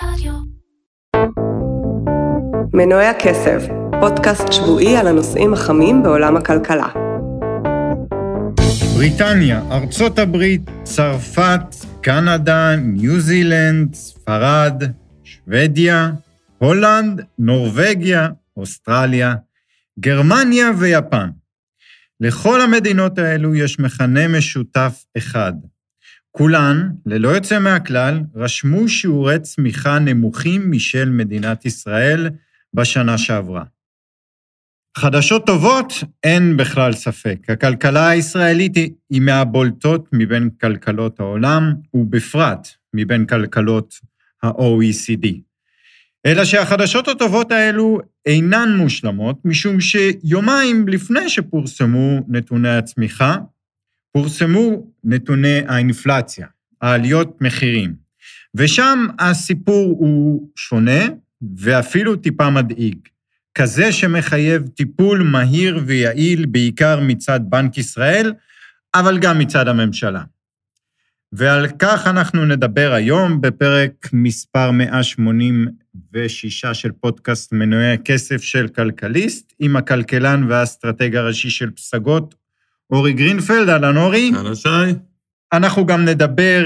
מנועי הקסם, פודקאסט שבועי על הנושאים החמים בעולם הכלכלה. בריטניה, ארצות הברית, צרפת, קנדה, ניו זילנד, ספרד, שוודיה, הולנד, נורווגיה, אוסטרליה, גרמניה ויפן. לכל המדינות האלו יש מכנה משותף אחד. כולן, ללא יוצא מהכלל, רשמו שיעורי צמיחה נמוכים משל מדינת ישראל בשנה שעברה. חדשות טובות, אין בכלל ספק. הכלכלה הישראלית היא מהבולטות מבין כלכלות העולם, ובפרט מבין כלכלות ה-OECD. אלא שהחדשות הטובות האלו אינן מושלמות, משום שיומיים לפני שפורסמו נתוני הצמיחה, פורסמו נתוני האינפלציה, העליות מחירים. ושם הסיפור הוא שונה, ואפילו טיפה מדאיג. כזה שמחייב טיפול מהיר ויעיל, בעיקר מצד בנק ישראל, אבל גם מצד הממשלה. ועל כך אנחנו נדבר היום בפרק מספר 186 של פודקאסט מנועי הכסף של כלכליסט, עם הכלכלן והאסטרטג הראשי של פסגות, אורי גרינפלד. אהלן אורי. אהלן שי. אנחנו גם נדבר,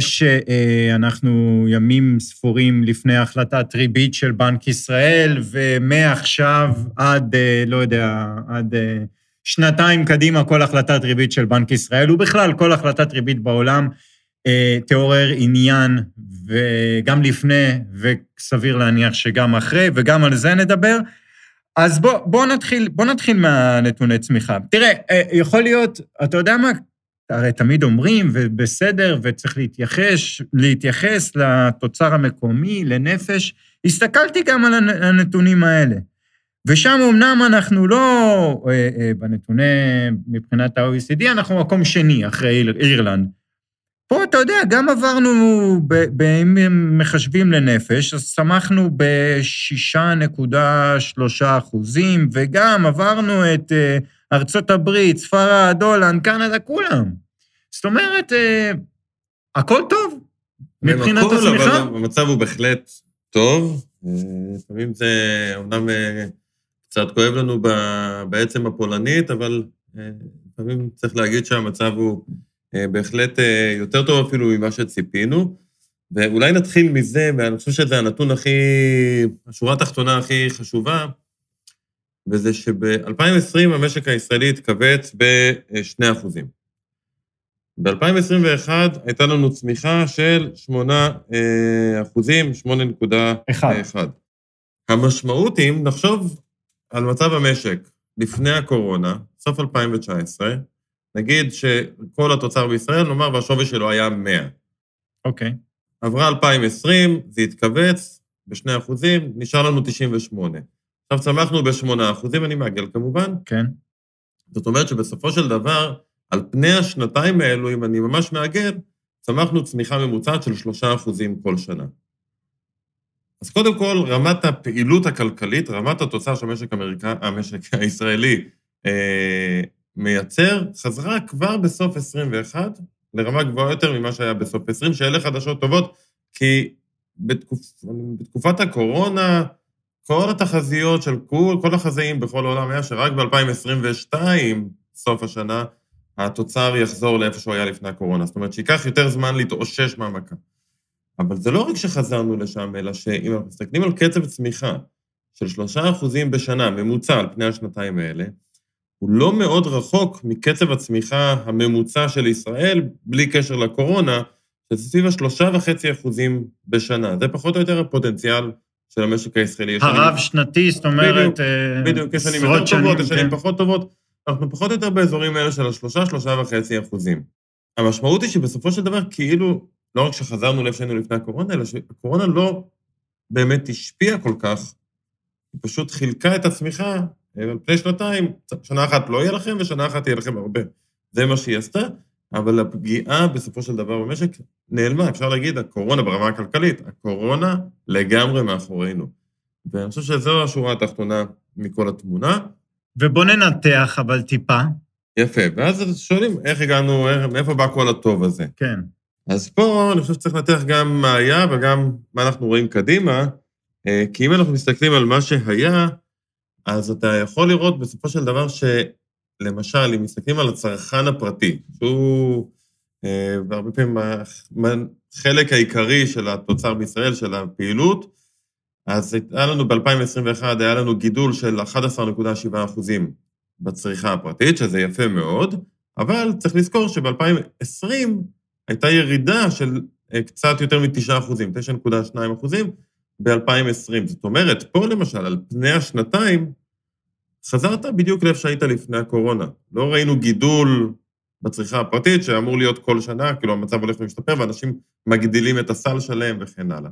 אנחנו ימים ספורים לפני החלטת ריבית של בנק ישראל, ומעכשיו עד, עד שנתיים קדימה כל החלטת ריבית של בנק ישראל, ובכלל כל החלטת ריבית בעולם תעורר עניין, וגם לפני, וסביר להניח שגם אחרי, וגם על זה נדבר. אז בוא נתחיל מהנתוני צמיחה. תראה, יכול להיות, אתה יודע מה, הרי תמיד אומרים, ובסדר, וצריך להתייחס לתוצר המקומי, לנפש. הסתכלתי גם על הנתונים האלה. ושם אמנם אנחנו לא, בנתוני, מבחינת ה-OECD, אנחנו מקום שני אחרי אירלנד. פה אתה יודע, גם עברנו, אם מחשבים לנפש, אז שמחנו ב6.3%, וגם עברנו את ארצות הברית, ספרד, הולנד, קנדה, כולם. זאת אומרת, הכל טוב, מבחינת הצמיחה. אבל המצב הוא בהחלט טוב, לפעמים זה אומנם קצת כואב לנו בעצם הפולנית, אבל לפעמים צריך להגיד שהמצב הוא בהחלט יותר טוב אפילו ממה שציפינו, ואולי נתחיל מזה, ואני חושב שזה הנתון השורה התחתונה הכי חשובה, וזה שב-2020 המשק הישראלי התכווץ ב2%. ב-2021 הייתה לנו צמיחה של 8%, המשמעות היא, נחשוב על מצב המשק לפני הקורונה, סוף 2019, נגיד שכל התוצר בישראל, נאמר, והשווי שלו היה 100. אוקיי. עברה 2020, זה התכווץ ב2%, נשאר לנו 98. עכשיו צמחנו ב8%, אני מעגל כמובן. כן. זאת אומרת שבסופו של דבר, על פני השנתיים האלו, אם אני ממש מעגל, צמחנו צמיחה ממוצעת של 3% כל שנה. אז קודם כל, רמת הפעילות הכלכלית, רמת התוצר שהמשק הישראלי מייצר, חזרה כבר בסוף 21, לרמה גבוהה יותר ממה שהיה בסוף 20, שאלה חדשות טובות, כי בתקופת הקורונה, כל התחזיות של כל החזאים בכל העולם היה שרק ב-2022, סוף השנה, התוצר יחזור לאיפה שהוא היה לפני הקורונה. זאת אומרת, שיקח יותר זמן להתאושש מהמכה. אבל זה לא רק שחזרנו לשם, אלא שאם אנחנו מסתכלים על קצב צמיחה של 3% בשנה, ממוצע על פני השנתיים האלה, הוא לא מאוד רחוק מקצב הצמיחה הממוצע של ישראל, בלי קשר לקורונה, שזה סביב 3.5% בשנה. זה פחות או יותר הפוטנציאל של המשק הישראלי. הרב שנתי, זאת אומרת, בדיוק, יש שנים יותר טובות, יש שנים פחות טובות, אנחנו פחות או יותר באזורים האלה של 3.5%. המשמעות היא שבסופו של דבר, כאילו, לא רק שחזרנו לאיפה שהיינו לפני הקורונה, אלא שהקורונה לא באמת השפיעה כל כך, היא פשוט חילקה את הצמיחה, על פני שנתיים, שנה אחת לא יהיה לכם, ושנה אחת יהיה לכם הרבה. זה מה שהיא עשתה, אבל הפגיעה בסופו של דבר במשק נעלמה, אפשר להגיד, הקורונה ברמה הכלכלית, הקורונה לגמרי מאחורינו. ואני חושב שזו השורה התחתונה מכל התמונה. ובוא ננתח, אבל טיפה. יפה, ואז שואלים איך הגענו, מאיפה בא כל הטוב הזה? כן. אז פה אני חושב שצריך לנתח גם מה היה וגם מה אנחנו רואים קדימה, כי אם אנחנו מסתכלים על מה שהיה, אז אתה יכול לראות בסופו של דבר שלמשל, אם מסתכלים על הצרכן הפרטי, שהוא בהרבה פעמים חלק העיקרי של התוצר בישראל, של הפעילות, אז היה לנו ב-2021, היה לנו גידול של 11.7% בצריכה הפרטית, שזה יפה מאוד, אבל צריך לזכור שב-2020 הייתה ירידה של קצת יותר מ9%, 9.2% ב-2020. זאת אומרת, פה למשל, על פני השנתיים, חזרת בדיוק לאיפה שהיית לפני הקורונה. לא ראינו גידול בצריכה הפרטית, שאמור להיות כל שנה, כאילו המצב הולך ומשתפר, ואנשים מגדילים את הסל שלהם וכן הלאה.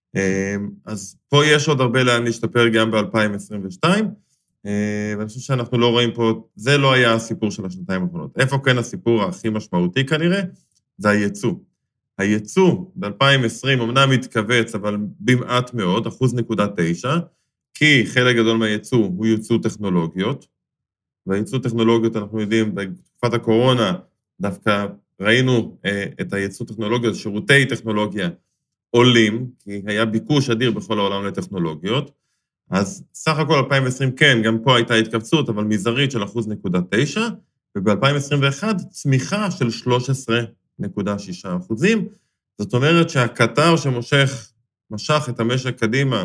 אז פה יש עוד הרבה לאן להשתפר גם ב-2022, ואני חושב שאנחנו לא רואים פה, זה לא היה הסיפור של השנתיים האחרונות. איפה כן הסיפור הכי משמעותי כנראה? זה הייצוא. הייצוא ב-2020 אמנם מתכווץ, אבל במעט מאוד, 1.9%, כי חלק גדול מהייצוא הוא ייצוא טכנולוגיות, והייצוא טכנולוגיות אנחנו יודעים, בתקופת הקורונה דווקא ראינו את הייצוא טכנולוגיות, שירותי טכנולוגיה עולים, כי היה ביקוש אדיר בכל העולם לטכנולוגיות, אז סך הכל 2020 כן, גם פה הייתה התכווצות, אבל מזערית של 1.9%, וב-2021 צמיחה של 13.6%. זאת אומרת שהקטר שמשך את המשק קדימה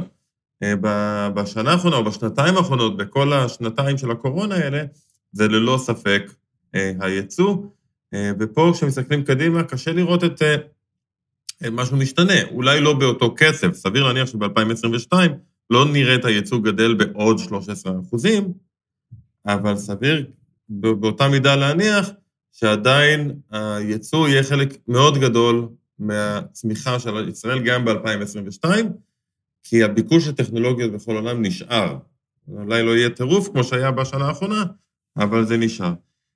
בשנה האחרונה או בשנתיים האחרונות, בכל השנתיים של הקורונה האלה, זה ללא ספק הייצוא. ופה כשמסתכלים קדימה, קשה לראות את משהו משתנה. אולי לא באותו קצב, סביר להניח שב-2022 לא נראה את הייצוא גדל בעוד 13%, אבל סביר באותה מידה להניח שעדיין הייצוא יהיה חלק מאוד גדול מהצמיחה של ישראל גם ב-2022, כי הביקוש לטכנולוגיות בכל עולם נשאר. אולי לא יהיה טירוף כמו שהיה בשנה האחרונה, אבל זה נשאר.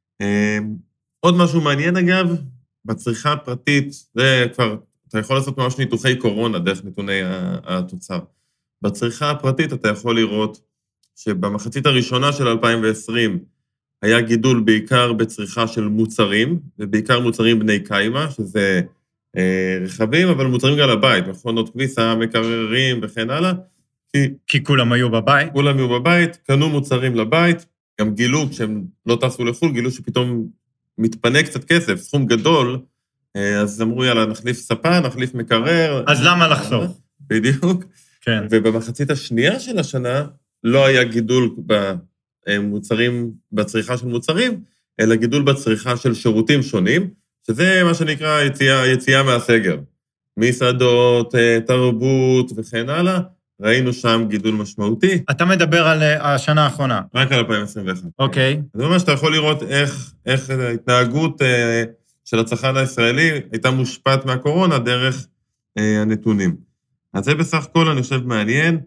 עוד משהו מעניין אגב, בצריכה הפרטית, זה כבר, אתה יכול לעשות ממש ניתוחי קורונה דרך נתוני התוצר. בצריכה הפרטית אתה יכול לראות שבמחצית הראשונה של 2020 היה גידול בעיקר בצריכה של מוצרים, ובעיקר מוצרים בני קיימה, שזה רכבים, אבל מוצרים גם לבית, מכונות כביסה, מקררים וכן הלאה. כי כולם היו בבית. כולם היו בבית, קנו מוצרים לבית, גם גילו, כשהם לא טסו לחול, גילו שפתאום מתפנה קצת כסף, סכום גדול, אז אמרו, יאללה, נחליף ספה, נחליף מקרר. אז למה לחסוך? בדיוק. כן. ובמחצית השנייה של השנה, לא היה גידול במוצרים, בצריכה של מוצרים, אלא גידול בצריכה של שירותים שונים, שזה מה שנקרא יציאה מהסגר. מסעדות, תרבות וכן הלאה, ראינו שם גידול משמעותי. אתה מדבר על השנה האחרונה. רק על 2021. אוקיי. זה ממש שאתה יכול לראות איך ההתנהגות של הצרכן הישראלי הייתה מושפעת מהקורונה דרך הנתונים. אז זה בסך הכל אני חושב מעניין.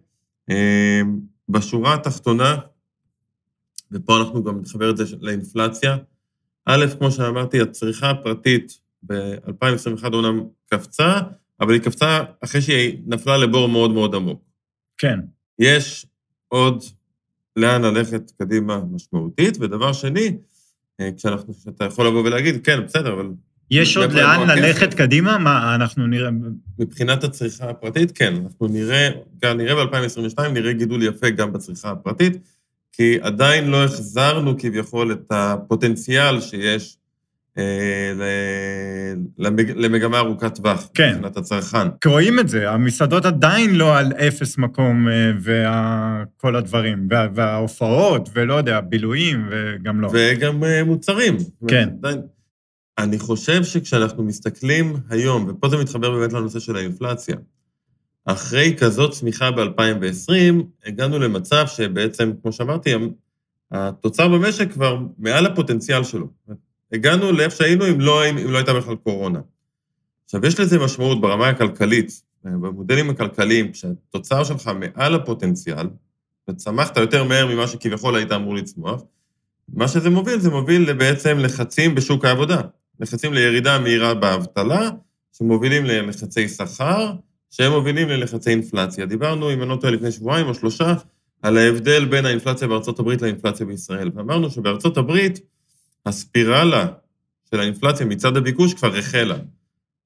בשורה התחתונה, ופה אנחנו גם נחבר את זה לאינפלציה, א', כמו שאמרתי, הצריכה הפרטית ב-2021 אומנם קפצה, אבל היא קפצה אחרי שהיא נפלה לבור מאוד מאוד עמוק. כן. יש עוד לאן ללכת קדימה משמעותית, ודבר שני, כשאתה יכול לבוא ולהגיד, כן, בסדר, אבל... יש עוד לאן ללכת קדימה? מה, אנחנו נראה... מבחינת הצריכה הפרטית, כן, אנחנו נראה ב-2022, נראה גידול יפה גם בצריכה הפרטית, כי עדיין לא החזרנו כביכול את הפוטנציאל שיש למגמה ארוכת טווח, כן. מבחינת הצרכן. רואים את זה, המסעדות עדיין לא על אפס מקום וכל הדברים, וההופעות, ולא יודע, בילויים וגם לא. וגם מוצרים. כן. אני חושב שכשאנחנו מסתכלים היום, ופה זה מתחבר באמת לנושא של האינפלציה, אחרי כזאת צמיחה ב-2020, הגענו למצב שבעצם, כמו שאמרתי, התוצר במשק כבר מעל הפוטנציאל שלו. הגענו לאיפה שהיינו אם לא הייתה בכלל קורונה. עכשיו, יש לזה משמעות ברמה הכלכלית, במודלים הכלכליים, כשהתוצר שלך מעל הפוטנציאל, וצמחת יותר מהר ממה שכביכול היית אמור לצמוח, מה שזה מוביל, זה מוביל בעצם לחצים בשוק העבודה. לחצים לירידה מהירה באבטלה, שמובילים ללחצי שכר, שהם מובילים ללחצי אינפלציה. דיברנו, אם אני לא טועה לפני שבועיים או שלושה, על ההבדל בין האינפלציה בארצות הברית לאינפלציה בישראל. ואמרנו שבארצות הברית, הספירלה של האינפלציה מצד הביקוש כבר החלה.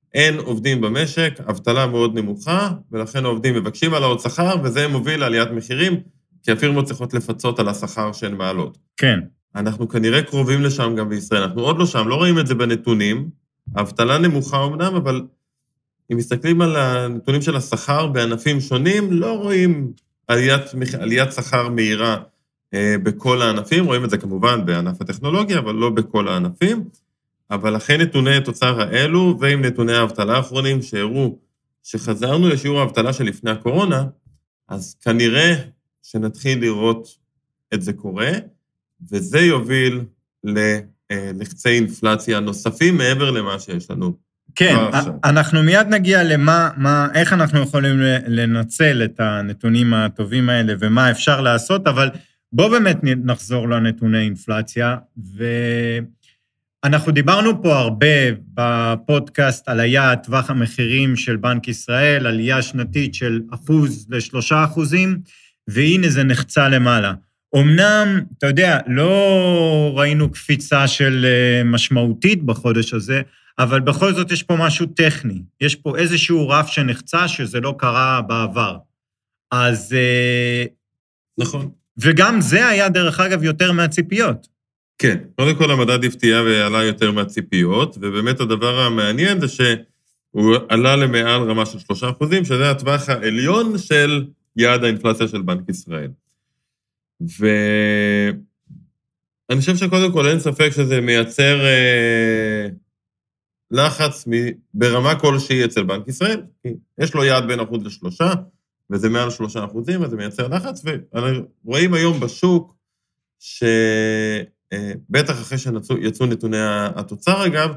אין עובדים במשק, אבטלה מאוד נמוכה, ולכן העובדים מבקשים על העוד שכר, וזה מוביל לעליית מחירים, כי הפירמות צריכות לפצות על השכר שהן מעלות. כן. אנחנו כנראה קרובים לשם גם בישראל, אנחנו עוד לא שם, לא רואים את זה בנתונים, האבטלה נמוכה אמנם, אבל אם מסתכלים על הנתונים של השכר בענפים שונים, לא רואים עליית שכר מהירה בכל הענפים, רואים את זה כמובן בענף הטכנולוגיה, אבל לא בכל הענפים, אבל אחרי נתוני התוצר האלו, ועם נתוני האבטלה האחרונים שהראו שחזרנו לשיעור האבטלה שלפני הקורונה, אז כנראה שנתחיל לראות את זה קורה, וזה יוביל לחצי אינפלציה נוספים מעבר למה שיש לנו. כן, אנחנו מיד נגיע איך אנחנו יכולים לנצל את הנתונים הטובים האלה ומה אפשר לעשות, אבל בוא באמת נחזור לנתוני אינפלציה, ואנחנו דיברנו פה הרבה בפודקאסט על היעד טווח המחירים של בנק ישראל, עלייה שנתית של 1% ל3%, והנה זה נחצה למעלה. אמנם, אתה יודע, לא ראינו קפיצה של משמעותית בחודש הזה, אבל בכל זאת יש פה משהו טכני. יש פה איזשהו רף שנחצה שזה לא קרה בעבר. אז... נכון. וגם זה היה דרך אגב יותר מהציפיות. כן, קודם כל המדד הפתיע ועלה יותר מהציפיות, ובאמת הדבר המעניין זה שהוא עלה למעל רמה של 3%, שזה הטווח העליון של יעד האינפלציה של בנק ישראל. ואני חושב שקודם כל אין ספק שזה מייצר לחץ ברמה כלשהי אצל בנק ישראל, כי יש לו יעד בין 1% ל3%, וזה מעל 3%, אז זה מייצר לחץ, ורואים היום בשוק, שבטח אחרי שיצאו נתוני התוצר אגב,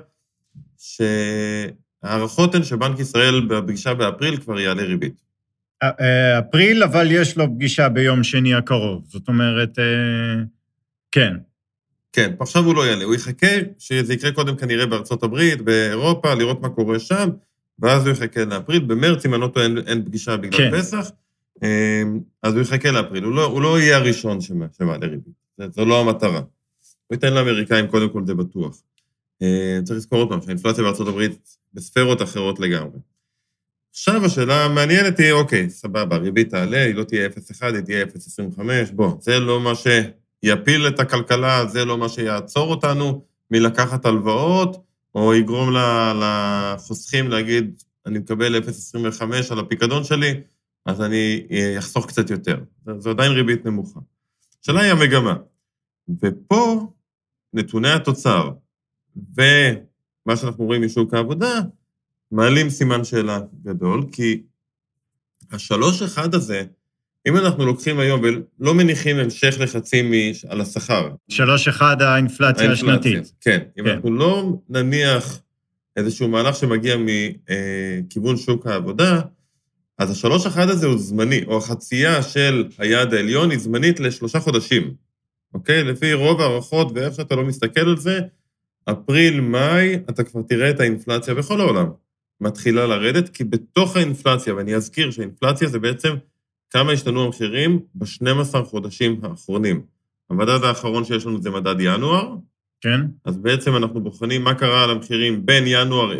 שהערכות הן שבנק ישראל בפגישה באפריל כבר יעלה ריבית. אפריל, אבל יש לו פגישה ביום שני הקרוב, זאת אומרת, כן. כן, עכשיו הוא לא יעלה, הוא יחכה שזה יקרה קודם כנראה בארצות הברית, באירופה, לראות מה קורה שם, ואז הוא יחכה לאפריל, במרץ אם אני לא טוען אין פגישה בגלל כן. פסח, אז הוא יחכה לאפריל, הוא לא יהיה הראשון שמעלה ריבית, זו לא המטרה. הוא ייתן לאמריקאים, קודם כל זה בטוח. צריך לזכור עוד פעם, שהאינפלציה בארצות הברית בספרות אחרות לגמרי. עכשיו השאלה המעניינת היא, אוקיי, סבבה, ריבית תעלה, היא לא תהיה 0.1, היא תהיה 0.25, בוא, זה לא מה שיפיל את הכלכלה, זה לא מה שיעצור אותנו מלקחת הלוואות, או יגרום לחוסכים להגיד, אני מקבל 0.25 על הפיקדון שלי, אז אני אחסוך קצת יותר. זו עדיין ריבית נמוכה. השאלה היא המגמה. ופה נתוני התוצר, ומה שאנחנו רואים משוק העבודה, מעלים סימן שאלה גדול, כי 3.1 הזה, אם אנחנו לוקחים היום ולא מניחים המשך לחצים על השכר. 3.1 האינפלציה השנתית. כן, אם אנחנו לא נניח איזשהו מהלך שמגיע מכיוון שוק העבודה, אז 3.1 הזה הוא זמני, או החצייה של היעד העליון היא זמנית ל3 חודשים. אוקיי? לפי רוב הערכות ואיך שאתה לא מסתכל על זה, אפריל, מאי, אתה כבר תראה את האינפלציה בכל העולם. מתחילה לרדת, כי בתוך האינפלציה, ואני אזכיר שהאינפלציה זה בעצם כמה השתנו המחירים ב-12 חודשים האחרונים. המדד האחרון שיש לנו זה מדד ינואר. כן. אז בעצם אנחנו בוחנים מה קרה על המחירים בין ינואר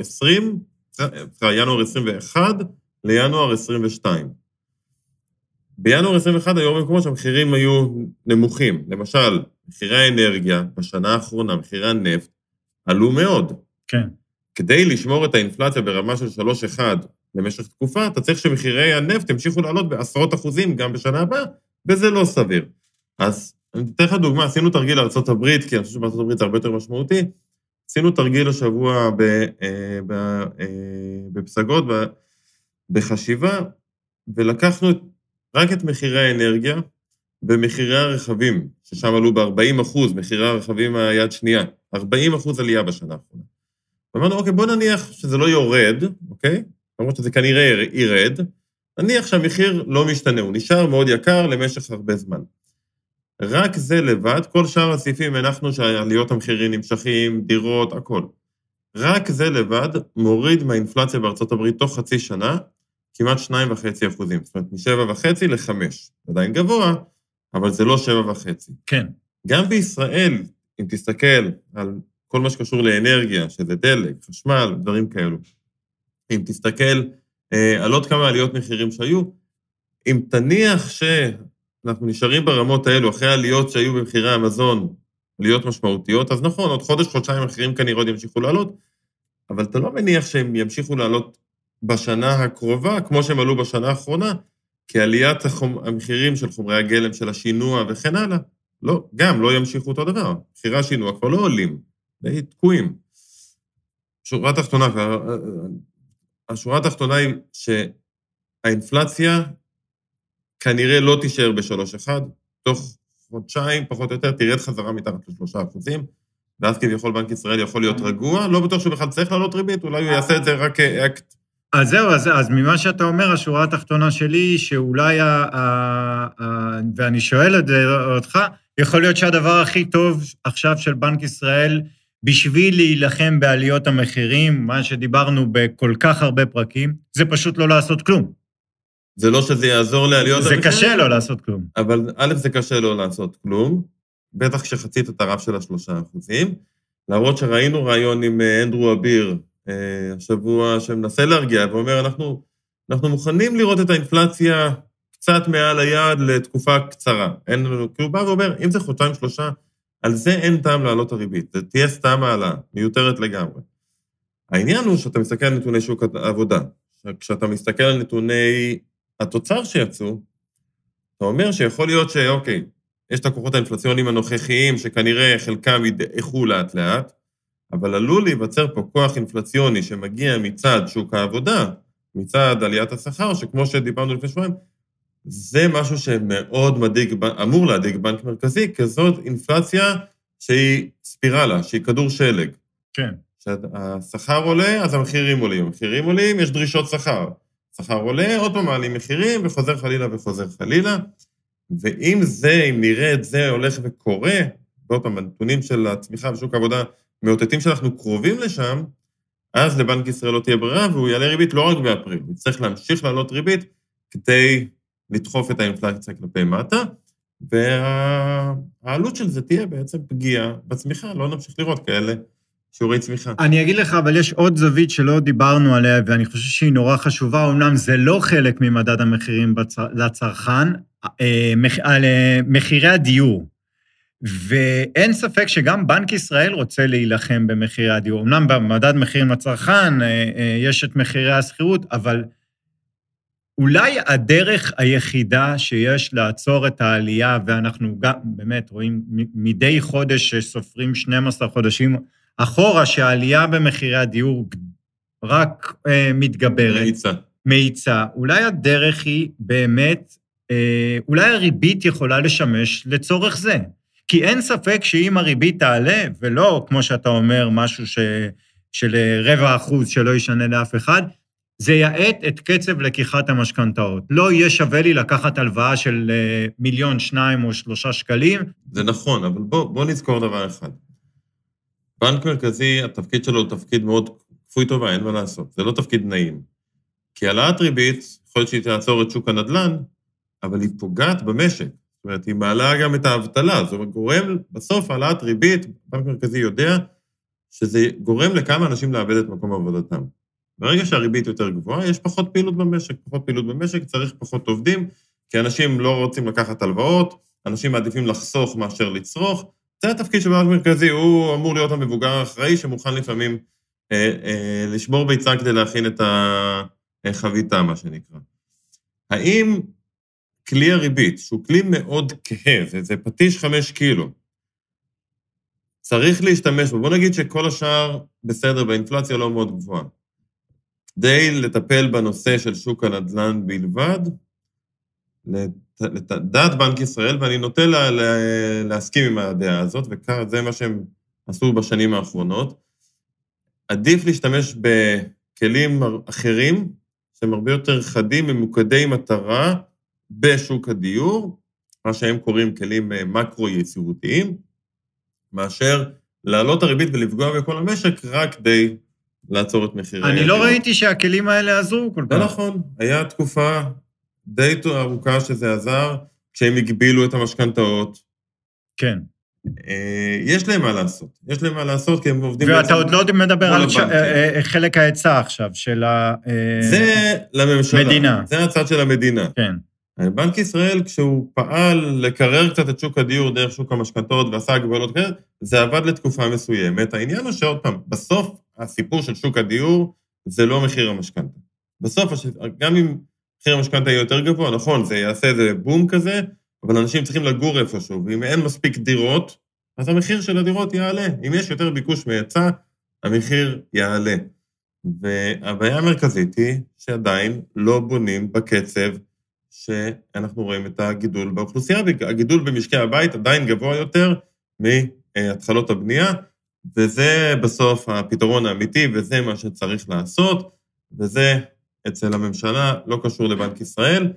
21 לינואר 22. בינואר 21 היו במקומות שהמחירים היו נמוכים. למשל, מחירי האנרגיה בשנה האחרונה, מחירי הנפט, עלו מאוד. כן. כדי לשמור את האינפלציה ברמה של 3.1 למשך תקופה, אתה צריך שמחירי הנפט ימשיכו לעלות בעשרות אחוזים גם בשנה הבאה, וזה לא סביר. אז אני אתן לך דוגמה, עשינו תרגיל לארצות הברית, כי אני חושב שבארצות הברית זה הרבה יותר משמעותי, עשינו תרגיל השבוע בפסגות, בחשיבה, ולקחנו רק את מחירי האנרגיה, ומחירי הרכבים, ששם עלו ב-40%, מחירי הרכבים היד שנייה, 40% עלייה בשנה האחרונה. ואמרנו, אוקיי, בוא נניח שזה לא יורד, אוקיי? למרות שזה כנראה ירד, נניח שהמחיר לא משתנה, הוא נשאר מאוד יקר למשך הרבה זמן. רק זה לבד, כל שאר הסעיפים הנחנו שעליות המחירים נמשכים, דירות, הכל. רק זה לבד מוריד מהאינפלציה בארצות הברית תוך חצי שנה, כמעט 2.5%. זאת אומרת, מ7.5 ל5. עדיין גבוה, אבל זה לא 7.5. כן. גם בישראל, אם תסתכל על כל מה שקשור לאנרגיה, שזה דלק, חשמל, דברים כאלו, אם תסתכל על עוד כמה עליות מחירים שהיו, אם תניח שאנחנו נשארים ברמות האלו, אחרי העליות שהיו במחירי המזון, עליות משמעותיות, אז נכון, עוד חודש, חודשיים מחירים כנראה עוד ימשיכו לעלות, אבל אתה לא מניח שהם ימשיכו לעלות בשנה הקרובה, כמו שהם עלו בשנה האחרונה, כי עליית המחירים של חומרי הגלם, של השינוע וכן הלאה, לא, גם לא ימשיכו אותו דבר. מחירי השינוע כבר לא עולים, די תקועים. השורה התחתונה היא שהאינפלציה כנראה לא תישאר ב-3.1, תוך חודשיים, פחות או יותר, תרד חזרה מתחת ל3%, ואז כביכול בנק ישראל יכול להיות רגוע, לא בטוח שהוא בכלל צריך לעלות ריבית, אולי הוא יעשה את זה רק אקט. אז זהו, אז ממה שאתה אומר, השורה התחתונה שלי, שאולי, ואני שואל את זה אותך, יכול להיות שהדבר הכי טוב עכשיו של בנק ישראל, בשביל להילחם בעליות המחירים, מה שדיברנו בכל כך הרבה פרקים, זה פשוט לא לעשות כלום. זה לא שזה יעזור לעליות המחירים. זה קשה לא לעשות כלום. אבל א', זה קשה לא לעשות כלום, בטח כשחצית את הרף של 3%, למרות שראינו רעיון עם אנדרו אביר, השבוע שמנסה להרגיע, ואומר, אנחנו מוכנים לראות את האינפלציה קצת מעל היעד לתקופה קצרה. כי הוא בא ואומר, אם זה חודשיים, 3, על זה אין טעם לעלות הריבית, זה תהיה סתם מעלה, מיותרת לגמרי. העניין הוא שאתה מסתכל על נתוני שוק העבודה, כשאתה מסתכל על נתוני התוצר שיצאו, אתה אומר שיכול להיות שאוקיי, יש את הכוחות האינפלציוניים הנוכחיים, שכנראה חלקם ידעכו לאט לאט, אבל עלול להיווצר פה כוח אינפלציוני שמגיע מצד שוק העבודה, מצד עליית השכר, שכמו שדיברנו לפני שבועיים, זה משהו שמאוד אמור להדאיג בנק מרכזי, כזאת אינפלציה שהיא ספירלה, שהיא כדור שלג. כן. כשהשכר עולה, אז המחירים עולים. המחירים עולים, יש דרישות שכר. שכר עולה, עוד פעם מעלים מחירים, וחוזר חלילה וחוזר חלילה. ואם נראה את זה הולך וקורה, ועוד פעם, הנתונים של הצמיחה בשוק העבודה, מאותתים שאנחנו קרובים לשם, אז לבנק ישראל לא תהיה ברירה, והוא יעלה ריבית לא רק באפריל, הוא צריך להמשיך לעלות ריבית, כדי לדחוף את האינפלציה כלפי מטה, והעלות של זה תהיה בעצם פגיעה בצמיחה, לא נמשיך לראות כאלה שיעורי צמיחה. אני אגיד לך, אבל יש עוד זווית שלא דיברנו עליה, ואני חושב שהיא נורא חשובה, אומנם זה לא חלק ממדד המחירים לצרכן, על מחירי הדיור. ואין ספק שגם בנק ישראל רוצה להילחם במחירי הדיור. אמנם במדד מחירים לצרכן יש את מחירי השכירות, אבל אולי הדרך היחידה שיש לעצור את העלייה, ואנחנו גם באמת רואים מדי חודש שסופרים 12 חודשים אחורה, שהעלייה במחירי הדיור רק מתגברת. מאיצה. אולי הדרך היא באמת, אולי הריבית יכולה לשמש לצורך זה. כי אין ספק שאם הריבית תעלה, ולא, כמו שאתה אומר, משהו של 0.25% שלא ישנה לאף אחד, זה יעט את קצב לקיחת המשכנתאות. לא יהיה שווה לי לקחת הלוואה של 1,000,000, 2 או 3 שקלים. זה נכון, אבל בוא נזכור דבר אחד. בנק מרכזי, התפקיד שלו הוא תפקיד מאוד כפוי טובה, אין מה לעשות. זה לא תפקיד נעים. כי העלאת ריבית, יכול להיות שהיא תעצור את שוק הנדל"ן, אבל היא פוגעת במשק. זאת אומרת, היא מעלה גם את האבטלה. זאת אומרת, גורם, בסוף העלאת ריבית, בנק מרכזי יודע שזה גורם לכמה אנשים לאבד את מקום עבודתם. ברגע שהריבית יותר גבוהה, יש פחות פעילות במשק. פחות פעילות במשק, צריך פחות עובדים, כי אנשים לא רוצים לקחת הלוואות, אנשים מעדיפים לחסוך מאשר לצרוך. זה התפקיד של בנק מרכזי, הוא אמור להיות המבוגר האחראי, שמוכן לפעמים לשמור ביצה כדי להכין את החביתה, מה שנקרא. האם כלי הריבית, שהוא כלי מאוד כהה, זה פטיש 5 קילו, צריך להשתמש בו. בוא נגיד שכל השאר בסדר, באינפלציה לא מאוד גבוהה. כדי לטפל בנושא של שוק הנדל"ן בלבד, לדעת בנק ישראל, ואני נוטה להסכים עם הדעה הזאת, וזה מה שהם עשו בשנים האחרונות, עדיף להשתמש בכלים אחרים, שהם הרבה יותר חדים, ממוקדי מטרה, בשוק הדיור, מה שהם קוראים כלים מקרו-יציבותיים, מאשר לעלות הריבית ולפגוע בכל המשק, רק כדי לעצור את מחירי הדיור. אני לא ראיתי שהכלים האלה עזרו כל כך. לא נכון, היה תקופה די ארוכה שזה עזר, כשהם הגבילו את המשכנתאות. כן. יש להם מה לעשות. יש להם מה לעשות, כי הם עובדים... ואתה עוד לא מדבר על חלק ההיצע עכשיו, של זה לממשלה. מדינה. זה הצד של המדינה. כן. בנק ישראל, כשהוא פעל לקרר קצת את שוק הדיור דרך שוק המשכנתאות ועשה הגבלות כאלה, זה עבד לתקופה מסוימת. העניין הוא שעוד פעם, בסוף הסיפור של שוק הדיור זה לא מחיר המשכנתה. בסוף, גם אם מחיר המשכנתה יהיה יותר גבוה, נכון, זה יעשה איזה בום כזה, אבל אנשים צריכים לגור איפשהו, ואם אין מספיק דירות, אז המחיר של הדירות יעלה. אם יש יותר ביקוש מהיצע, המחיר יעלה. והבעיה המרכזית היא שעדיין לא בונים בקצב שאנחנו רואים את הגידול באוכלוסייה, הגידול במשקי הבית עדיין גבוה יותר מהתחלות הבנייה, וזה בסוף הפתרון האמיתי, וזה מה שצריך לעשות, וזה אצל הממשלה לא קשור לבנק ישראל.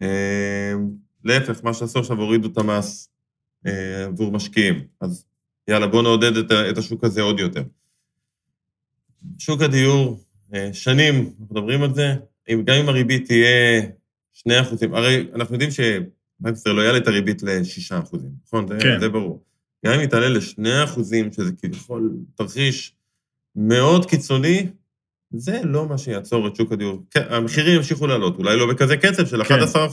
להפך, מה שעשו עכשיו הורידו את המס עבור משקיעים. אז יאללה, בואו נעודד את השוק הזה עוד יותר. שוק הדיור, שנים, אנחנו מדברים על זה, גם אם הריבית תהיה 2%, הרי אנחנו יודעים שבנק ישראל לא יעלה את הריבית ל6%, נכון? כן. זה ברור. גם אם היא תעלה ל2%, שזה כביכול תרחיש מאוד קיצוני, זה לא מה שיעצור את שוק הדיור. המחירים ימשיכו לעלות, אולי לא בכזה קצב של 11%,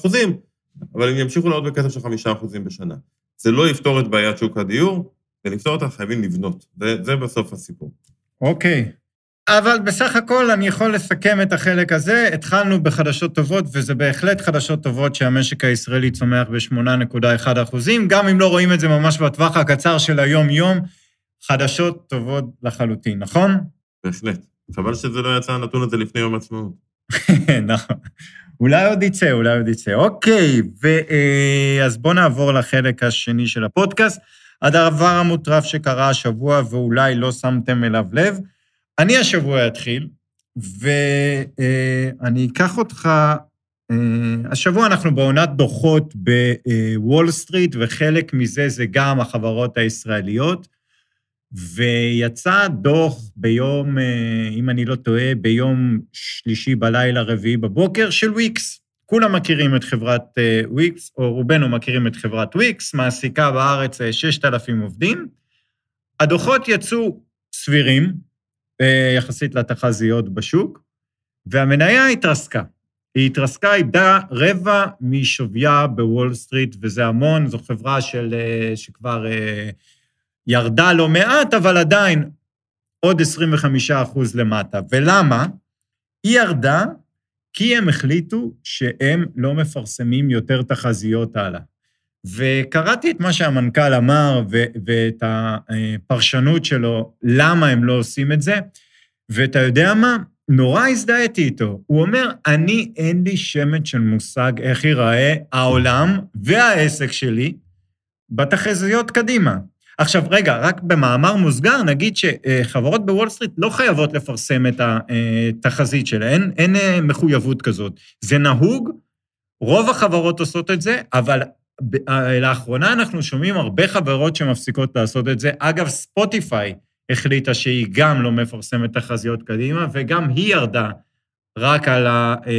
אבל הם ימשיכו לעלות בקצב של 5% בשנה. זה לא יפתור את בעיית שוק הדיור, ולפתור אותה חייבים לבנות. זה בסוף הסיפור. אוקיי. אבל בסך הכל אני יכול לסכם את החלק הזה, התחלנו בחדשות טובות, וזה בהחלט חדשות טובות שהמשק הישראלי צומח ב8.1%, גם אם לא רואים את זה ממש בטווח הקצר של היום-יום, חדשות טובות לחלוטין, נכון? בהחלט. חבל שזה לא יצא הנתון הזה לפני יום עצמאות. נכון. אולי עוד יצא. אוקיי, אז בואו נעבור לחלק השני של הפודקאסט. הדבר המוטרף שקרה השבוע, ואולי לא שמתם אליו לב, אני השבוע אתחיל, ואני אקח אותך, השבוע אנחנו בעונת דוחות בוול סטריט, וחלק מזה זה גם החברות הישראליות, ויצא דוח ביום, אם אני לא טועה, ביום שלישי בלילה, רביעי בבוקר של וויקס. כולם מכירים את חברת וויקס, או רובנו מכירים את חברת וויקס, מעסיקה בארץ 6,000 עובדים. הדוחות יצאו סבירים, יחסית לתחזיות בשוק, והמניה התרסקה. היא התרסקה, איבדה רבע משוויה בוול סטריט, וזה המון, זו חברה שכבר ירדה לא מעט, אבל עדיין עוד 25% למטה. ולמה? היא ירדה כי הם החליטו שהם לא מפרסמים יותר תחזיות הלאה. וקראתי את מה שהמנכ"ל אמר ואת הפרשנות שלו, למה הם לא עושים את זה, ואתה יודע מה? נורא הזדהיתי איתו. הוא אומר, אין לי שמץ של מושג איך ייראה העולם והעסק שלי בתחזיות קדימה. עכשיו, רגע, רק במאמר מוסגר, נגיד שחברות בוול סטריט לא חייבות לפרסם את התחזית שלהן, אין מחויבות כזאת. זה נהוג, רוב החברות עושות את זה, אבל לאחרונה אנחנו שומעים הרבה חברות שמפסיקות לעשות את זה. אגב, ספוטיפיי החליטה שהיא גם לא מפרסמת תחזיות קדימה, וגם היא ירדה רק על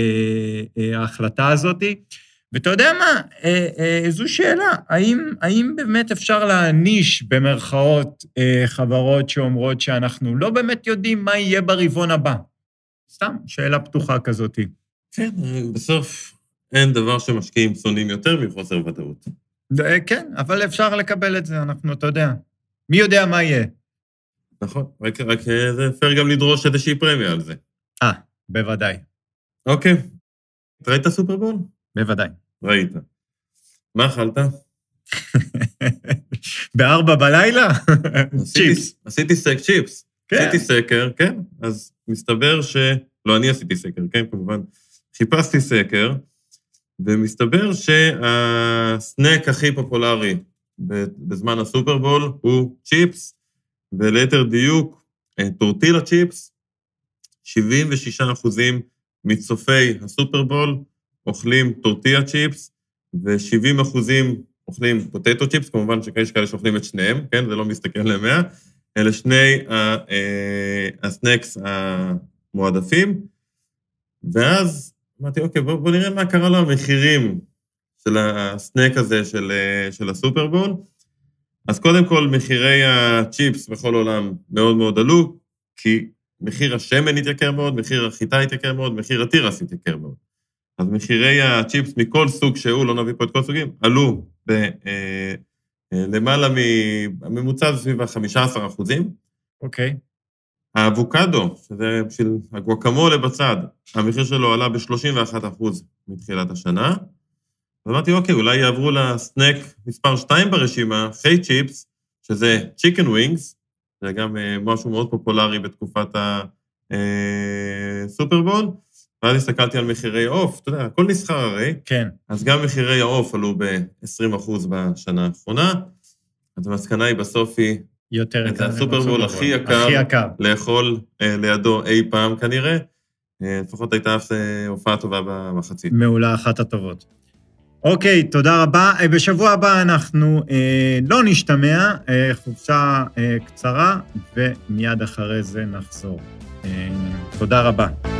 ההחלטה הזאת. ואתה יודע מה, זו שאלה, האם באמת אפשר להניש במרכאות חברות שאומרות שאנחנו לא באמת יודעים מה יהיה ברבעון הבא? סתם, שאלה פתוחה כזאת. כן, בסוף אין דבר שמשקיעים שונאים יותר מחוסר ודאות. כן, אבל אפשר לקבל את זה, אתה יודע. מי יודע מה יהיה? נכון, רק זה אפשר גם לדרוש איזושהי פרמיה על זה. בוודאי. אוקיי. ראית סופרבול? בוודאי. ראית. מה אכלת? 4 בלילה? צ'יפס. עשיתי צ'יפס. עשיתי סקר, כן. אז מסתבר לא, אני עשיתי סקר, כן, כמובן. חיפשתי סקר, ומסתבר שהסנק הכי פופולרי בזמן הסופרבול הוא צ'יפס, וליתר דיוק, טורטילה צ'יפס, 76% מצופי הסופרבול אוכלים טורטיה צ'יפס, ו70% אוכלים פוטטו צ'יפס, כמובן שיש כאלה שאוכלים את שניהם, כן, זה לא מסתכל ל100, אלה שני הסנקס המועדפים, ואז אמרתי, אוקיי, בוא נראה מה קרה לו המחירים של הסנק הזה של הסופרבול, אז קודם כל, מחירי הצ'יפס בכל עולם מאוד מאוד עלו, כי מחיר השמן התייקר מאוד, מחיר החיטה התייקר מאוד, מחיר התירס התייקר מאוד. אז מחירי הצ'יפס מכל סוג שהוא, לא נביא פה את כל סוגים, עלו למעלה מממוצע סביב ה-15%. אוקיי. האבוקדו, שזה בשביל הגואקמולה בצד, המחיר שלו עלה ב-31% מתחילת השנה. ואמרתי, אוקיי, אולי יעברו לסנק מספר 2 ברשימה, חיי צ'יפס, שזה צ'יקן ווינגס, זה גם משהו מאוד פופולרי בתקופת הסופרבול, ואז הסתכלתי על מחירי העוף, אתה יודע, הכל נסחר הרי. כן. אז גם מחירי העוף עלו ב-20% בשנה האחרונה, אז המסקנה היא בסוף היא, יותר יקר. זה הסופרבול הכי יקר לאכול לידו אי פעם כנראה, לפחות הייתה הופעה טובה במחצית. מעולה, אחת הטובות. אוקיי, תודה רבה. בשבוע הבא אנחנו לא נשתמע, חופשה קצרה, ומיד אחרי זה נחזור. תודה רבה.